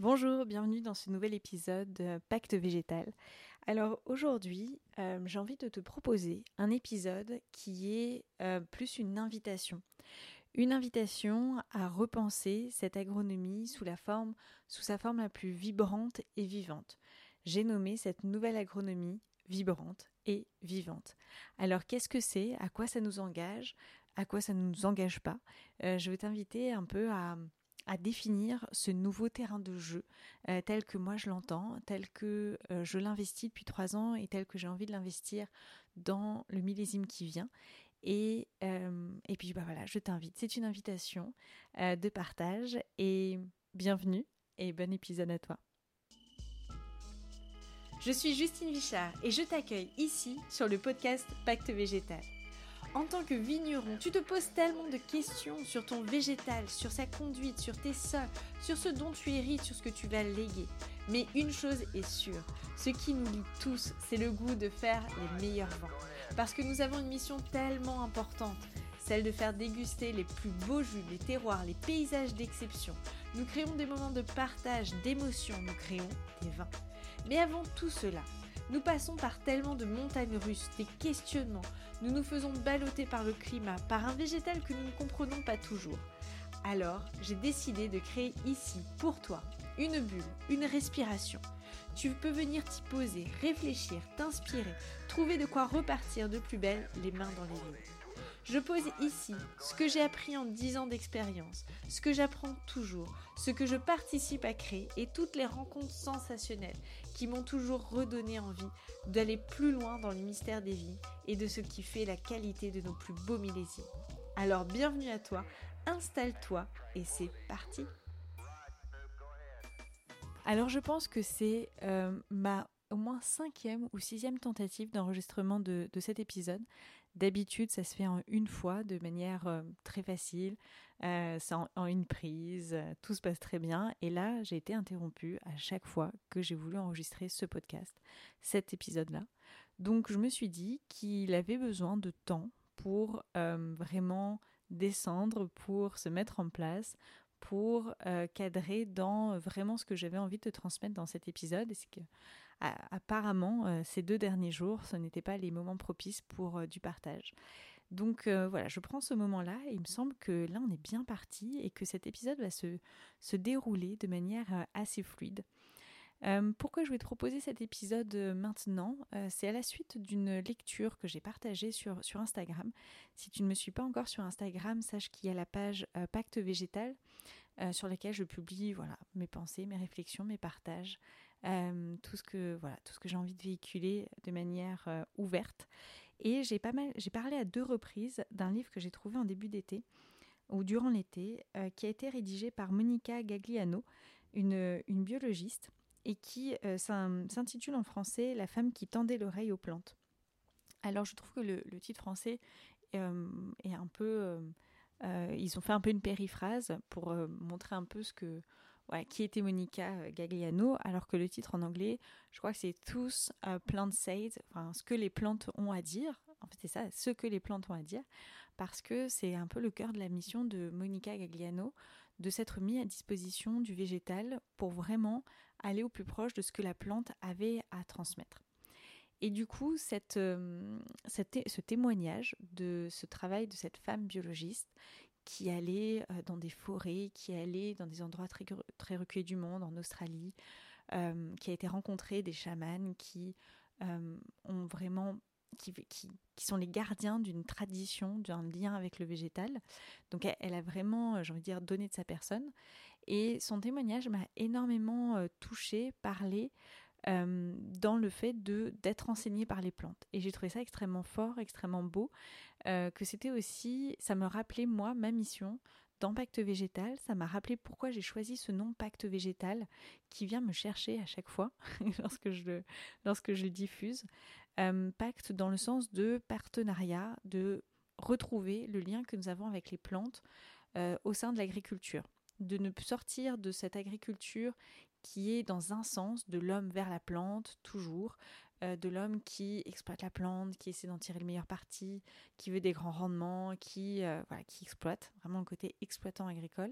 Bonjour, bienvenue dans ce nouvel épisode de Pacte Végétal. Alors aujourd'hui, j'ai envie de te proposer un épisode qui est plus une invitation. Une invitation à repenser cette agronomie sous sa forme la plus vibrante et vivante. J'ai nommé cette nouvelle agronomie vibrante et vivante. Alors qu'est-ce que c'est? À quoi ça nous engage? À quoi ça ne nous engage pas? Je vais t'inviter un peu à définir ce nouveau terrain de jeu tel que moi je l'entends, tel que je l'investis depuis 3 ans et tel que j'ai envie de l'investir dans le millésime qui vient. Et puis voilà, je t'invite. C'est une invitation de partage et bienvenue et bon épisode à toi. Je suis Justine Vichard et je t'accueille ici sur le podcast Pacte Végétal. En tant que vigneron, tu te poses tellement de questions sur ton végétal, sur sa conduite, sur tes sols, sur ce dont tu hérites, sur ce que tu vas léguer. Mais une chose est sûre, ce qui nous lie tous, c'est le goût de faire les meilleurs vins. Parce que nous avons une mission tellement importante, celle de faire déguster les plus beaux jus, les terroirs, les paysages d'exception. Nous créons des moments de partage, d'émotion, nous créons des vins. Mais avant tout cela, nous passons par tellement de montagnes russes, des questionnements, nous nous faisons balloter par le climat, par un végétal que nous ne comprenons pas toujours. Alors, j'ai décidé de créer ici, pour toi, une bulle, une respiration. Tu peux venir t'y poser, réfléchir, t'inspirer, trouver de quoi repartir de plus belle les mains dans les lignes. Je pose ici ce que j'ai appris en 10 ans d'expérience, ce que j'apprends toujours, ce que je participe à créer et toutes les rencontres sensationnelles qui m'ont toujours redonné envie d'aller plus loin dans le mystère des vies et de ce qui fait la qualité de nos plus beaux millésimes. Alors bienvenue à toi, installe-toi et c'est parti. Alors je pense que c'est ma au moins 5e ou 6e tentative d'enregistrement de cet épisode. D'habitude, ça se fait en une fois, de manière très facile, c'est en une prise, tout se passe très bien. Et là, j'ai été interrompue à chaque fois que j'ai voulu enregistrer ce podcast, cet épisode-là. Donc, je me suis dit qu'il avait besoin de temps pour vraiment descendre, pour se mettre en place, pour cadrer dans vraiment ce que j'avais envie de te transmettre dans cet épisode. Et c'est que apparemment, ces 2 derniers jours, ce n'étaient pas les moments propices pour du partage. Donc voilà, je prends ce moment-là et il me semble que là, on est bien parti et que cet épisode va se dérouler de manière assez fluide. Pourquoi je vais te proposer cet épisode maintenant? C'est à la suite d'une lecture que j'ai partagée sur Instagram. Si tu ne me suis pas encore sur Instagram, sache qu'il y a la page Pacte Végétal sur laquelle je publie mes pensées, mes réflexions, mes partages, tout ce que j'ai envie de véhiculer de manière ouverte. Et j'ai parlé à 2 reprises d'un livre que j'ai trouvé en début d'été ou durant l'été, qui a été rédigé par Monica Gagliano, une biologiste, et qui s'intitule en français « La femme qui tendait l'oreille aux plantes ». Alors je trouve que le titre français est un peu... ils ont fait un peu une périphrase pour montrer un peu qui était Monica Gagliano, alors que le titre en anglais, je crois que c'est « Tous Plant Said », enfin ce que les plantes ont à dire. En fait, c'est ça, ce que les plantes ont à dire, parce que c'est un peu le cœur de la mission de Monica Gagliano, de s'être mis à disposition du végétal pour vraiment aller au plus proche de ce que la plante avait à transmettre. Et du coup, ce témoignage de ce travail de cette femme biologiste qui allait dans des forêts, qui allait dans des endroits très, très reculés du monde, en Australie, qui a été rencontrée des chamans qui ont vraiment... Qui sont les gardiens d'une tradition, d'un lien avec le végétal. Donc elle a vraiment, j'ai envie de dire, donné de sa personne. Et son témoignage m'a énormément touchée, parlé, dans le fait d'être enseignée par les plantes. Et j'ai trouvé ça extrêmement fort, extrêmement beau, que c'était aussi, ça me rappelait moi, ma mission dans Pacte Végétal, ça m'a rappelé pourquoi j'ai choisi ce nom Pacte Végétal qui vient me chercher à chaque fois lorsque je le diffuse. Pacte dans le sens de partenariat, de retrouver le lien que nous avons avec les plantes au sein de l'agriculture. De ne sortir de cette agriculture qui est dans un sens de l'homme vers la plante, toujours, de l'homme qui exploite la plante, qui essaie d'en tirer le meilleur parti, qui veut des grands rendements, qui exploite, vraiment le côté exploitant agricole,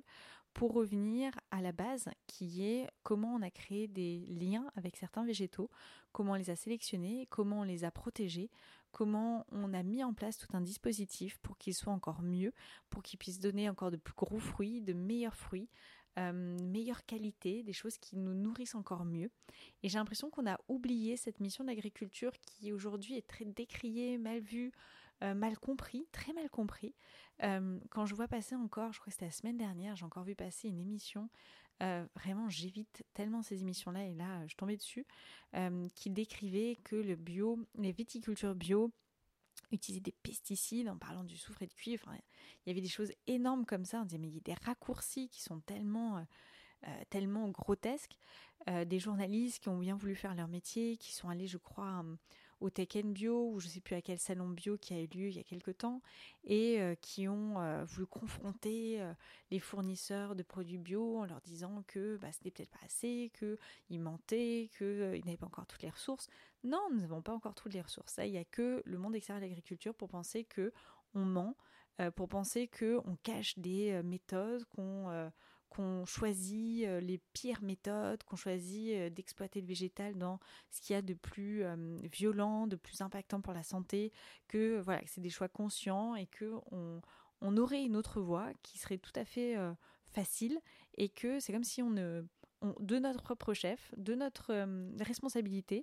pour revenir à la base qui est comment on a créé des liens avec certains végétaux, comment on les a sélectionnés, comment on les a protégés, comment on a mis en place tout un dispositif pour qu'ils soient encore mieux, pour qu'ils puissent donner encore de plus gros fruits, de meilleurs fruits, meilleure qualité, des choses qui nous nourrissent encore mieux. Et j'ai l'impression qu'on a oublié cette mission d'agriculture qui aujourd'hui est très décriée, mal vue, mal compris, très mal compris. Quand je vois passer encore, je crois que c'était la semaine dernière, j'ai encore vu passer une émission, vraiment j'évite tellement ces émissions-là, et là je tombais dessus, qui décrivait que le bio, les viticultures bio utilisaient des pesticides en parlant du soufre et du cuivre. Enfin, il y avait des choses énormes comme ça, on disait mais il y a des raccourcis qui sont tellement grotesques, des journalistes qui ont bien voulu faire leur métier, qui sont allés je crois au Tech Bio, ou je ne sais plus à quel salon bio qui a eu lieu il y a quelques temps, et qui ont voulu confronter les fournisseurs de produits bio en leur disant que ce n'était peut-être pas assez, qu'ils mentaient, qu'ils n'avaient pas encore toutes les ressources. Non, nous n'avons pas encore toutes les ressources. Ça, il n'y a que le monde extérieur de l'agriculture pour penser qu'on ment, pour penser qu'on cache des méthodes, qu'on choisit les pires méthodes, qu'on choisit d'exploiter le végétal dans ce qu'il y a de plus violent, de plus impactant pour la santé, que voilà, c'est des choix conscients et qu'on aurait une autre voie qui serait tout à fait facile, et que c'est comme si de notre propre chef, de notre responsabilité,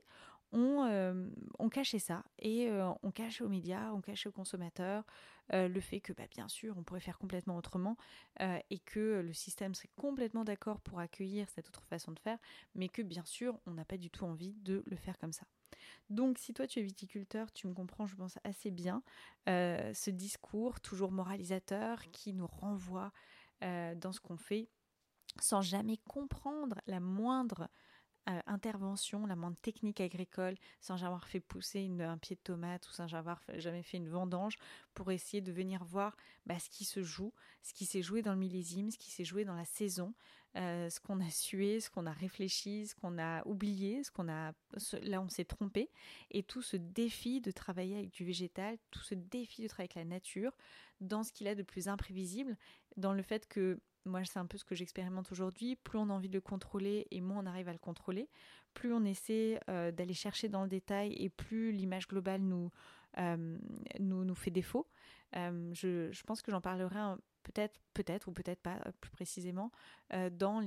on cachait ça, et on cachait aux médias, on cachait aux consommateurs le fait que bien sûr on pourrait faire complètement autrement, et que le système serait complètement d'accord pour accueillir cette autre façon de faire, mais que bien sûr on n'a pas du tout envie de le faire comme ça. Donc si toi tu es viticulteur, tu me comprends je pense assez bien ce discours toujours moralisateur qui nous renvoie dans ce qu'on fait sans jamais comprendre la moindre intervention, la moindre technique agricole, sans avoir fait pousser un pied de tomate, ou sans avoir jamais fait une vendange, pour essayer de venir voir ce qui se joue, ce qui s'est joué dans le millésime, ce qui s'est joué dans la saison, ce qu'on a sué, ce qu'on a réfléchi, ce qu'on a oublié, là on s'est trompé, et tout ce défi de travailler avec du végétal, tout ce défi de travailler avec la nature, dans ce qu'il a de plus imprévisible, dans le fait que moi, c'est un peu ce que j'expérimente aujourd'hui. Plus on a envie de le contrôler et moins on arrive à le contrôler. Plus on essaie d'aller chercher dans le détail, et plus l'image globale nous fait défaut. Je pense que j'en parlerai peut-être ou peut-être pas plus précisément dans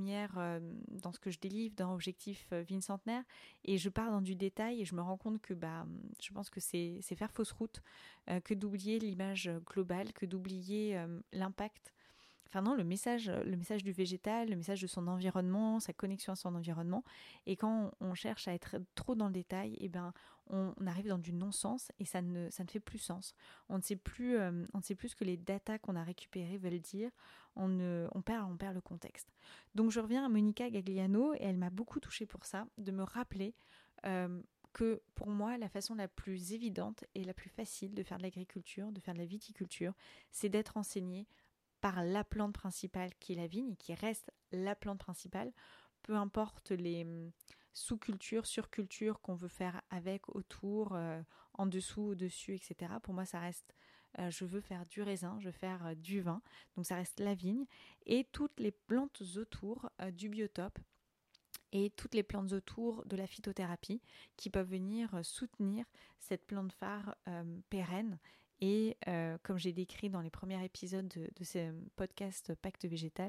ce que je délivre dans Objectif Vigne Centenaire. Et je pars dans du détail et je me rends compte que je pense que c'est faire fausse route, que d'oublier l'image globale, que d'oublier l'impact. Enfin non, le message du végétal, le message de son environnement, sa connexion à son environnement. Et quand on cherche à être trop dans le détail, on arrive dans du non-sens, et ça ne fait plus sens. On ne sait plus ce que les datas qu'on a récupérées veulent dire. On perd le contexte. Donc je reviens à Monica Gagliano, et elle m'a beaucoup touchée pour ça, de me rappeler que pour moi, la façon la plus évidente et la plus facile de faire de l'agriculture, de faire de la viticulture, c'est d'être enseigné par la plante principale qui est la vigne, et qui reste la plante principale, peu importe les sous-cultures, surcultures qu'on veut faire avec, autour, en dessous, au-dessus, etc. Pour moi, ça reste, je veux faire du raisin, je veux faire du vin, donc ça reste la vigne, et toutes les plantes autour du biotope, et toutes les plantes autour de la phytothérapie qui peuvent venir soutenir cette plante phare pérenne. Et comme j'ai décrit dans les premiers épisodes de ce podcast Pacte végétal,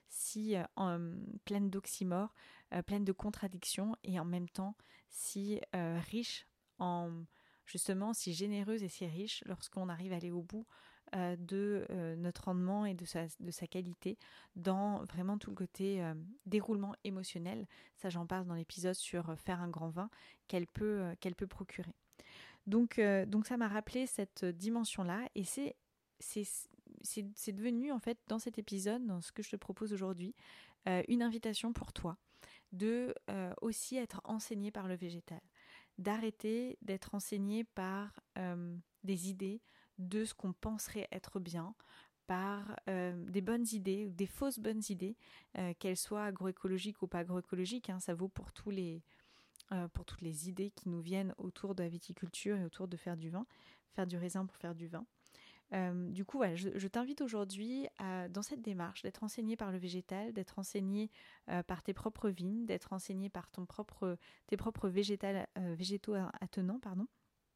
pleine d'oxymores, pleine de contradictions, et en même temps si riche justement si généreuse et si riche lorsqu'on arrive à aller au bout de notre rendement et de sa qualité, dans vraiment tout le côté déroulement émotionnel. Ça, j'en parle dans l'épisode sur faire un grand vin qu'elle peut procurer. Donc ça m'a rappelé cette dimension-là, et c'est devenu en fait dans cet épisode, dans ce que je te propose aujourd'hui, une invitation pour toi de aussi être enseigné par le végétal, d'arrêter d'être enseigné par des idées de ce qu'on penserait être bien, par des bonnes idées ou des fausses bonnes idées, qu'elles soient agroécologiques ou pas agroécologiques, ça vaut pour toutes les idées qui nous viennent autour de la viticulture et autour de faire du vin, faire du raisin pour faire du vin. Du coup, voilà, je t'invite aujourd'hui dans cette démarche d'être enseigné par le végétal, d'être enseigné par tes propres vignes, d'être enseigné par tes propres végétaux attenants, pardon.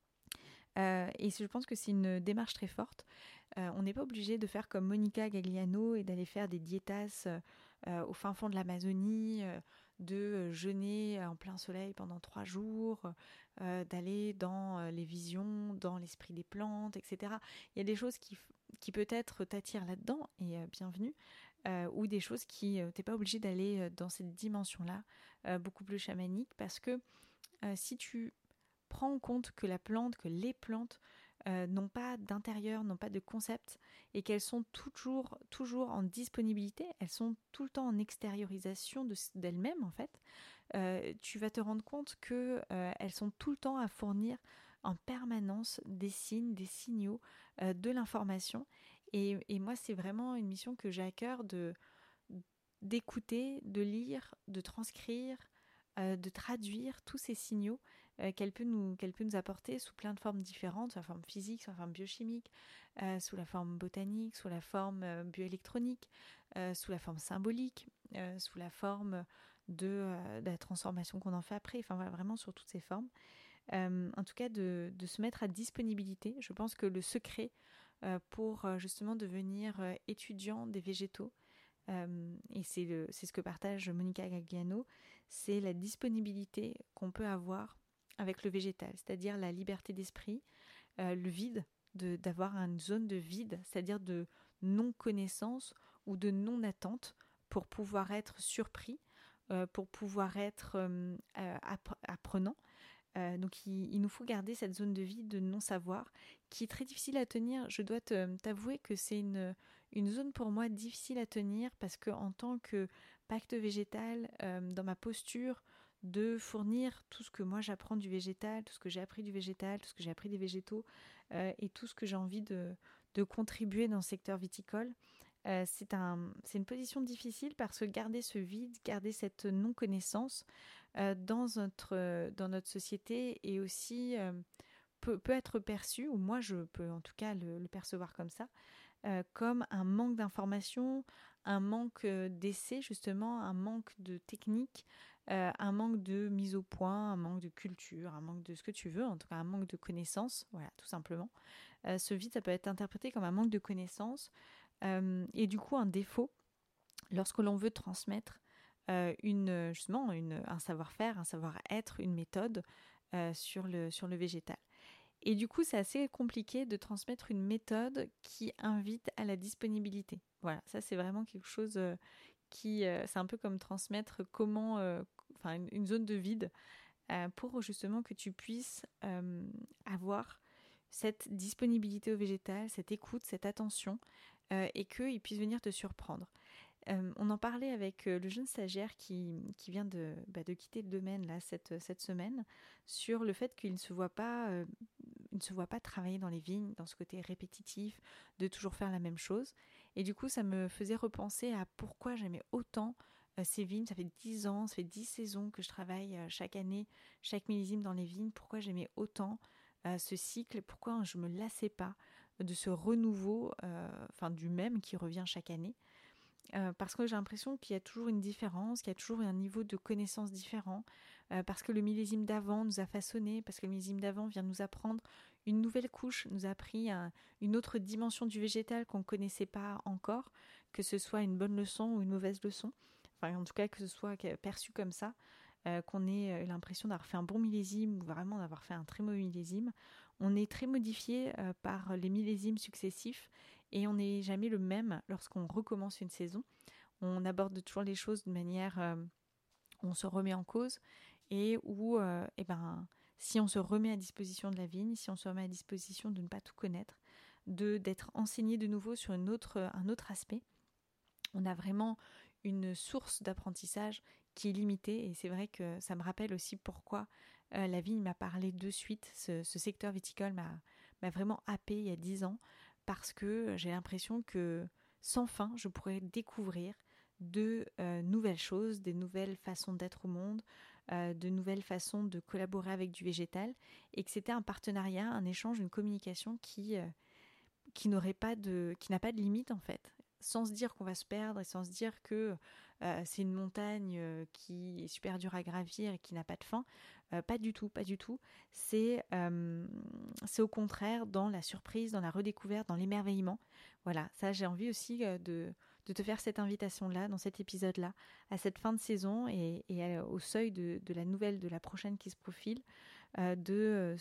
Et je pense que c'est une démarche très forte. On n'est pas obligé de faire comme Monica Gagliano et d'aller faire des diétas au fin fond de l'Amazonie, de jeûner en plein soleil pendant 3 jours, d'aller dans les visions, dans l'esprit des plantes, etc. Il y a des choses qui peut-être t'attirent là-dedans, et bienvenue, ou des choses qui t'es pas obligé d'aller dans cette dimension-là, beaucoup plus chamanique, parce que si tu prends en compte que les plantes n'ont pas d'intérieur, n'ont pas de concept, et qu'elles sont toujours en disponibilité, elles sont tout le temps en extériorisation d'elles-mêmes en fait, tu vas te rendre compte que elles sont tout le temps à fournir en permanence des signes, des signaux, de l'information. Et moi, c'est vraiment une mission que j'ai à cœur d'écouter, de lire, de transcrire, de traduire tous ces signaux qu'elle peut nous apporter sous plein de formes différentes, sous la forme physique, sous la forme biochimique, sous la forme botanique, sous la forme bioélectronique, sous la forme symbolique, sous la forme de la transformation qu'on en fait après, enfin voilà, vraiment sur toutes ces formes. En tout cas, de se mettre à disponibilité. Je pense que le secret pour justement devenir étudiant des végétaux, et c'est ce que partage Monica Gagliano, c'est la disponibilité qu'on peut avoir avec le végétal, c'est-à-dire la liberté d'esprit, le vide, d'avoir une zone de vide, c'est-à-dire de non-connaissance ou de non-attente pour pouvoir être surpris, pour pouvoir être apprenant. Donc il nous faut garder cette zone de vide, de non-savoir, qui est très difficile à tenir. Je dois t'avouer que c'est une zone pour moi difficile à tenir, parce que en tant que pacte végétal, dans ma posture de fournir tout ce que moi j'apprends du végétal, tout ce que j'ai appris du végétal, tout ce que j'ai appris des végétaux, et tout ce que j'ai envie de contribuer dans le secteur viticole, c'est une position difficile, parce que garder ce vide, garder cette non-connaissance dans notre société, et aussi peut être perçu, ou moi je peux en tout cas le percevoir comme ça, comme un manque d'information, un manque d'essai justement, un manque de technique, un manque de mise au point, un manque de culture, un manque de ce que tu veux, en tout cas un manque de connaissances, voilà, tout simplement. Ce vide, ça peut être interprété comme un manque de connaissances, et du coup un défaut lorsque l'on veut transmettre justement un savoir-faire, un savoir-être, une méthode sur le végétal. Et du coup, c'est assez compliqué de transmettre une méthode qui invite à la disponibilité. Voilà, ça c'est vraiment quelque chose c'est un peu comme transmettre une zone de vide, pour justement que tu puisses avoir cette disponibilité au végétal, cette écoute, cette attention, et qu'il puisse venir te surprendre. On en parlait avec le jeune stagiaire qui vient de quitter le domaine là, cette semaine, sur le fait qu'il ne se voit pas travailler dans les vignes, dans ce côté répétitif, de toujours faire la même chose. Et du coup, ça me faisait repenser à pourquoi j'aimais autant ces vignes. Ça fait 10 ans, ça fait 10 saisons que je travaille chaque année, chaque millésime dans les vignes. Pourquoi j'aimais autant ce cycle, pourquoi je ne me lassais pas de ce renouveau, du même qui revient chaque année. Parce que j'ai l'impression qu'il y a toujours une différence, qu'il y a toujours un niveau de connaissance différent, parce que le millésime d'avant nous a façonné, parce que le millésime d'avant vient nous apprendre une nouvelle couche, nous a appris une autre dimension du végétal qu'on ne connaissait pas encore, que ce soit une bonne leçon ou une mauvaise leçon, enfin en tout cas que ce soit perçu comme ça, qu'on ait l'impression d'avoir fait un bon millésime ou vraiment d'avoir fait un très mauvais millésime. On est très modifié par les millésimes successifs, et on n'est jamais le même lorsqu'on recommence une saison. On aborde toujours les choses de manière on se remet en cause, et où si on se remet à disposition de la vigne, si on se remet à disposition de ne pas tout connaître, d'être enseigné de nouveau sur un autre aspect, on a vraiment une source d'apprentissage qui est limitée. Et c'est vrai que ça me rappelle aussi pourquoi la vigne m'a parlé de suite. Ce secteur viticole m'a vraiment happé il y a 10 ans, parce que j'ai l'impression que sans fin, je pourrais découvrir de nouvelles choses, des nouvelles façons d'être au monde, de nouvelles façons de collaborer avec du végétal, et que c'était un partenariat, un échange, une communication qui n'a pas de limite en fait, sans se dire qu'on va se perdre et sans se dire que c'est une montagne qui est super dure à gravir et qui n'a pas de fin. Pas du tout, pas du tout. C'est au contraire dans la surprise, dans la redécouverte, dans l'émerveillement. Voilà, ça j'ai envie aussi de te faire cette invitation-là, dans cet épisode-là, à cette fin de saison et au seuil de la nouvelle, de la prochaine qui se profile, de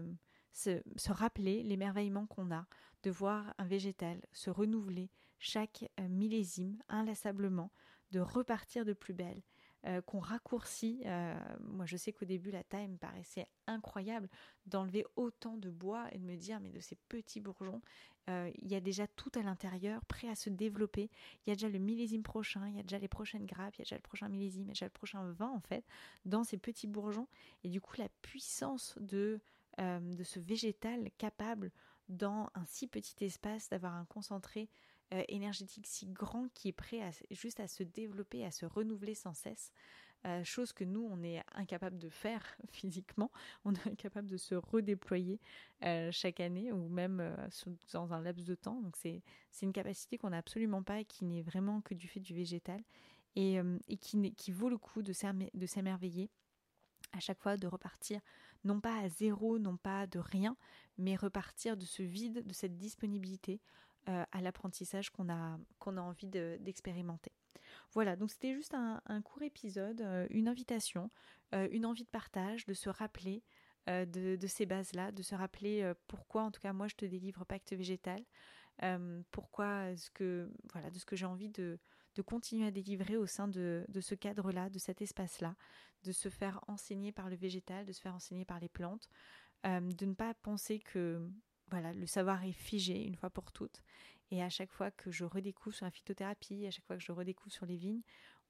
se rappeler l'émerveillement qu'on a de voir un végétal se renouveler chaque millésime inlassablement, de repartir de plus belle, qu'on raccourcit. Moi, je sais qu'au début, la taille me paraissait incroyable d'enlever autant de bois et de me dire, mais de ces petits bourgeons, il y a déjà tout à l'intérieur, prêt à se développer. Il y a déjà le millésime prochain, il y a déjà les prochaines grappes, il y a déjà le prochain millésime, il y a déjà le prochain vin, en fait, dans ces petits bourgeons. Et du coup, la puissance de ce végétal capable, dans un si petit espace, d'avoir un concentré énergétique si grand qui est prêt juste à se développer, à se renouveler sans cesse, chose que nous, on est incapable de faire physiquement, on est incapable de se redéployer chaque année ou même dans un laps de temps. Donc c'est une capacité qu'on n'a absolument pas et qui n'est vraiment que du fait du végétal et qui vaut le coup de s'émerveiller à chaque fois, de repartir non pas à zéro, non pas de rien, mais repartir de ce vide, de cette disponibilité à l'apprentissage qu'on a envie d'expérimenter. Voilà, donc c'était juste un court épisode, une invitation, une envie de partage, de se rappeler de ces bases-là, de se rappeler pourquoi, en tout cas moi, je te délivre Pacte Végétal, pourquoi de ce que j'ai envie de continuer à délivrer au sein de ce cadre-là, de cet espace-là, de se faire enseigner par le végétal, de se faire enseigner par les plantes, de ne pas penser que le savoir est figé une fois pour toutes. Et à chaque fois que je redécouvre sur la phytothérapie, à chaque fois que je redécouvre sur les vignes,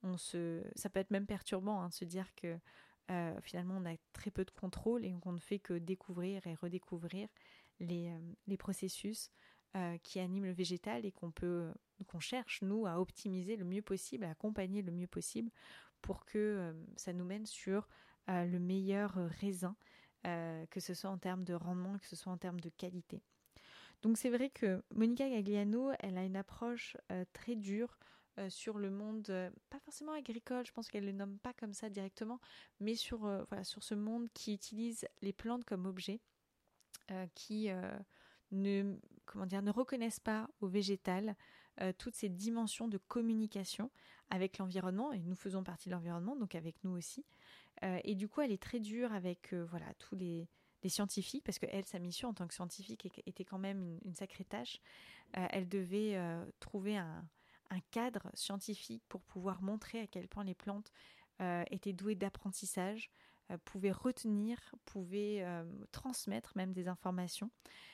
ça peut être même perturbant de se dire que finalement on a très peu de contrôle et qu'on ne fait que découvrir et redécouvrir les processus qui animent le végétal et qu'on cherche, nous, à optimiser le mieux possible, à accompagner le mieux possible pour que ça nous mène sur le meilleur raisin, que ce soit en termes de rendement, que ce soit en termes de qualité. Donc c'est vrai que Monica Gagliano, elle a une approche très dure sur le monde, pas forcément agricole, je pense qu'elle ne le nomme pas comme ça directement, mais sur ce monde qui utilise les plantes comme objet, qui ne reconnaissent pas au végétal toutes ces dimensions de communication avec l'environnement, et nous faisons partie de l'environnement, donc avec nous aussi. Et du coup, elle est très dure avec tous les scientifiques, parce que elle, sa mission en tant que scientifique était quand même une sacrée tâche. Elle devait trouver un cadre scientifique pour pouvoir montrer à quel point les plantes étaient douées d'apprentissage, pouvaient retenir, pouvaient transmettre même des informations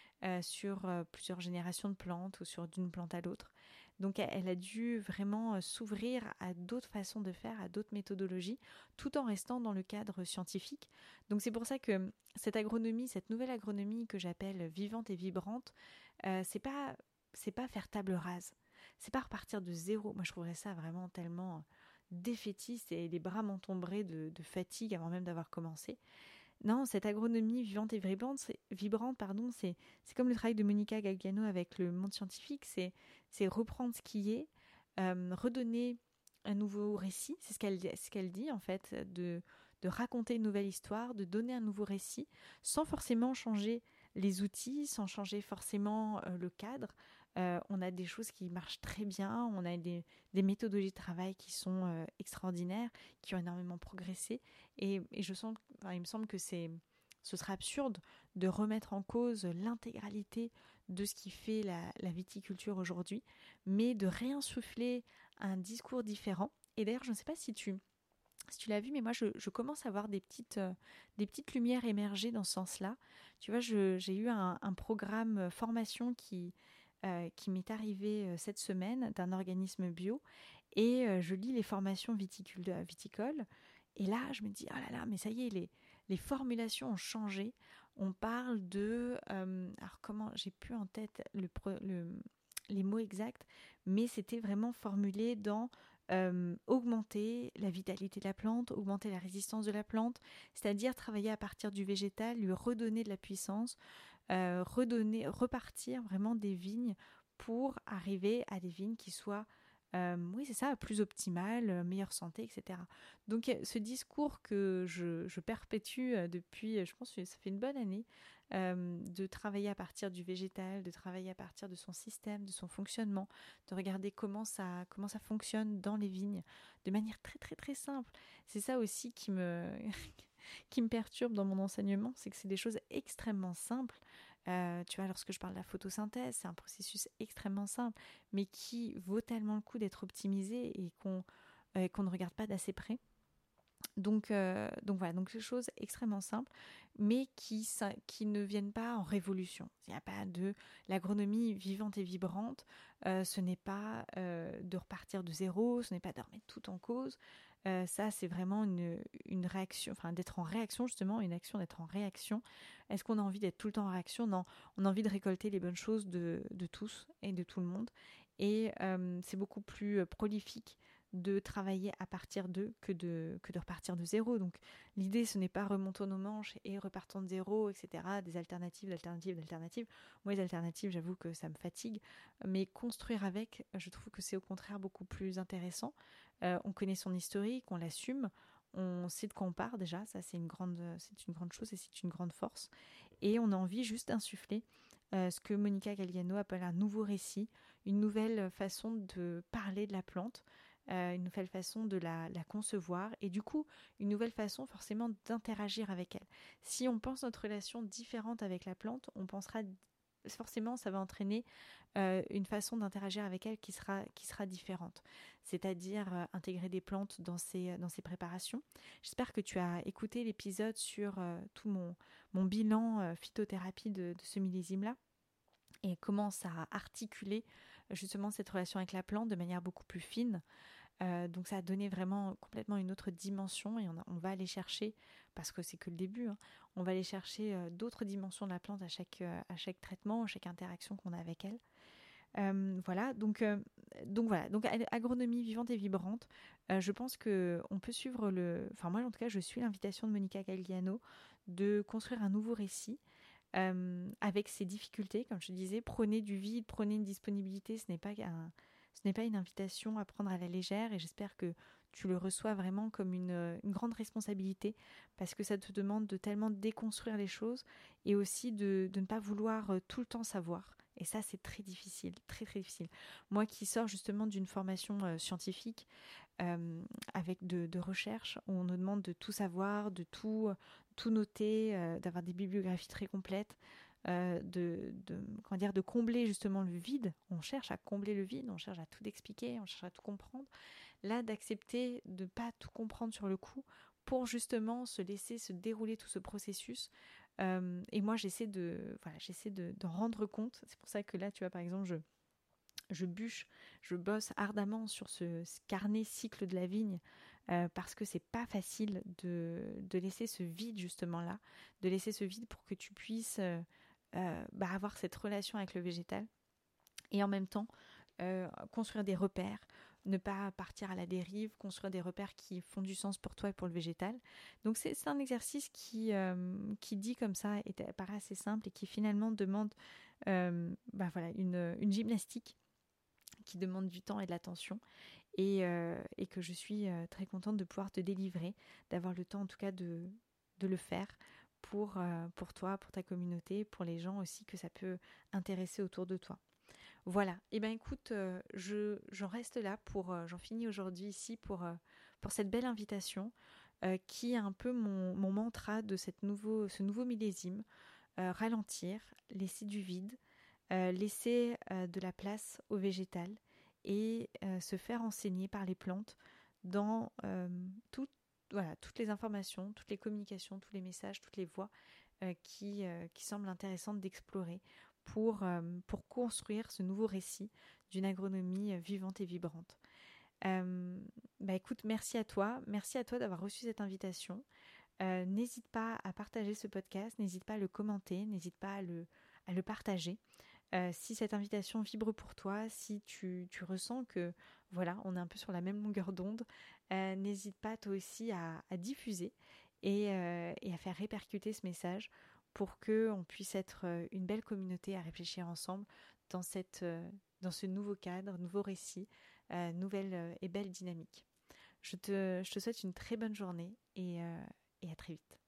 sur plusieurs générations de plantes ou d'une plante à l'autre. Donc elle a dû vraiment s'ouvrir à d'autres façons de faire, à d'autres méthodologies, tout en restant dans le cadre scientifique. Donc c'est pour ça que cette nouvelle agronomie que j'appelle vivante et vibrante, c'est pas faire table rase. C'est pas repartir de zéro. Moi je trouverais ça vraiment tellement défaitiste et les bras m'entombraient de fatigue avant même d'avoir commencé. Non, cette agronomie vivante et vibrante, c'est comme le travail de Monica Gagliano avec le monde scientifique, c'est reprendre ce qui est, redonner un nouveau récit, c'est ce qu'elle dit en fait, de raconter une nouvelle histoire, de donner un nouveau récit, sans forcément changer les outils, sans changer forcément le cadre. On a des choses qui marchent très bien, on a des méthodologies de travail qui sont extraordinaires, qui ont énormément progressé, et il me semble que ce serait absurde de remettre en cause l'intégralité de ce qui fait la viticulture aujourd'hui, mais de réinsuffler un discours différent. Et d'ailleurs, je ne sais pas si tu l'as vu, mais moi, je commence à voir des petites lumières émerger dans ce sens-là. Tu vois, j'ai eu un programme formation qui m'est arrivé cette semaine d'un organisme bio, et je lis les formations viticoles, et là, je me dis, oh là là, mais ça y est, les formulations ont changé. On parle de... alors comment, j'ai plus en tête les mots exacts, mais c'était vraiment formulé dans augmenter la vitalité de la plante, augmenter la résistance de la plante, c'est-à-dire travailler à partir du végétal, lui redonner de la puissance, repartir vraiment des vignes pour arriver à des vignes qui soient oui, c'est ça, plus optimales, meilleure santé, etc. Donc ce discours que je perpétue depuis, je pense que ça fait une bonne année, de travailler à partir du végétal, de travailler à partir de son système, de son fonctionnement, de regarder comment ça fonctionne dans les vignes, de manière très très très simple. C'est ça aussi qui me perturbe dans mon enseignement, c'est que c'est des choses extrêmement simples. Tu vois, lorsque je parle de la photosynthèse, c'est un processus extrêmement simple, mais qui vaut tellement le coup d'être optimisé et qu'on ne regarde pas d'assez près. Donc voilà, donc ces choses extrêmement simples, mais qui ne viennent pas en révolution. Il n'y a pas de l'agronomie vivante et vibrante, ce n'est pas de repartir de zéro, ce n'est pas de remettre tout en cause. Ça, c'est vraiment une réaction, enfin d'être en réaction justement, une action d'être en réaction. Est-ce qu'on a envie d'être tout le temps en réaction? Non, on a envie de récolter les bonnes choses de tous et de tout le monde. Et c'est beaucoup plus prolifique de travailler à partir d'eux que de repartir de zéro. Donc l'idée, ce n'est pas remontons nos manches et repartons de zéro, etc. Des alternatives. Moi, les alternatives, j'avoue que ça me fatigue. Mais construire avec, je trouve que c'est au contraire beaucoup plus intéressant. On connaît son historique, on l'assume, on sait de quoi on part déjà. Ça, c'est une grande chose et c'est une grande force. Et on a envie juste d'insuffler ce que Monica Galgano appelle un nouveau récit, une nouvelle façon de parler de la plante, une nouvelle façon de la concevoir et du coup une nouvelle façon forcément d'interagir avec elle. Si on pense notre relation différente avec la plante, on pensera forcément ça va entraîner une façon d'interagir avec elle qui sera différente, c'est-à-dire intégrer des plantes dans ses préparations. J'espère que tu as écouté l'épisode sur tout mon bilan phytothérapie de ce millésime-là et comment ça a articulé justement cette relation avec la plante de manière beaucoup plus fine. Donc ça a donné vraiment complètement une autre dimension et on va aller chercher, parce que c'est que le début, hein, on va aller chercher d'autres dimensions de la plante à chaque traitement, à chaque interaction qu'on a avec elle. Voilà, donc agronomie vivante et vibrante, je pense qu'on peut suivre enfin moi en tout cas je suis l'invitation de Monica Galgano de construire un nouveau récit avec ses difficultés, comme je te disais, prenez du vide, prenez une disponibilité, ce n'est pas une invitation à prendre à la légère et j'espère que tu le reçois vraiment comme une grande responsabilité parce que ça te demande de tellement déconstruire les choses et aussi de ne pas vouloir tout le temps savoir. Et ça, c'est très difficile, très très difficile. Moi qui sors justement d'une formation scientifique avec de recherche où on nous demande de tout savoir, de tout noter, d'avoir des bibliographies très complètes, de combler justement le vide. On cherche à combler le vide, on cherche à tout expliquer, on cherche à tout comprendre. Là, d'accepter de ne pas tout comprendre sur le coup pour justement se laisser se dérouler tout ce processus. Et moi, j'essaie d'en rendre compte. C'est pour ça que là, tu vois, par exemple, je bosse ardemment sur ce carnet cycle de la vigne parce que c'est pas facile de laisser ce vide justement là, de laisser ce vide pour que tu puisses avoir cette relation avec le végétal et en même temps construire des repères, ne pas partir à la dérive, construire des repères qui font du sens pour toi et pour le végétal. Donc c'est un exercice qui dit comme ça et paraît assez simple et qui finalement demande une gymnastique qui demande du temps et de l'attention et que je suis très contente de pouvoir te délivrer, d'avoir le temps en tout cas de le faire pour toi, pour ta communauté, pour les gens aussi que ça peut intéresser autour de toi. Voilà, et bien écoute, j'en reste là j'en finis aujourd'hui ici pour cette belle invitation qui est un peu mon mantra de ce nouveau millésime, ralentir, laisser du vide, laisser de la place au végétal et se faire enseigner par les plantes dans toutes les informations, toutes les communications, tous les messages, toutes les voies qui semblent intéressantes d'explorer pour construire ce nouveau récit d'une agronomie vivante et vibrante. Écoute, merci à toi d'avoir reçu cette invitation. N'hésite pas à partager ce podcast, n'hésite pas à le commenter, n'hésite pas à le partager. Si cette invitation vibre pour toi, si tu ressens que voilà, on est un peu sur la même longueur d'onde, n'hésite pas toi aussi à diffuser et à faire répercuter ce message pour qu'on puisse être une belle communauté à réfléchir ensemble dans, dans ce nouveau cadre, nouveau récit, nouvelle et belle dynamique. Je te souhaite une très bonne journée et à très vite.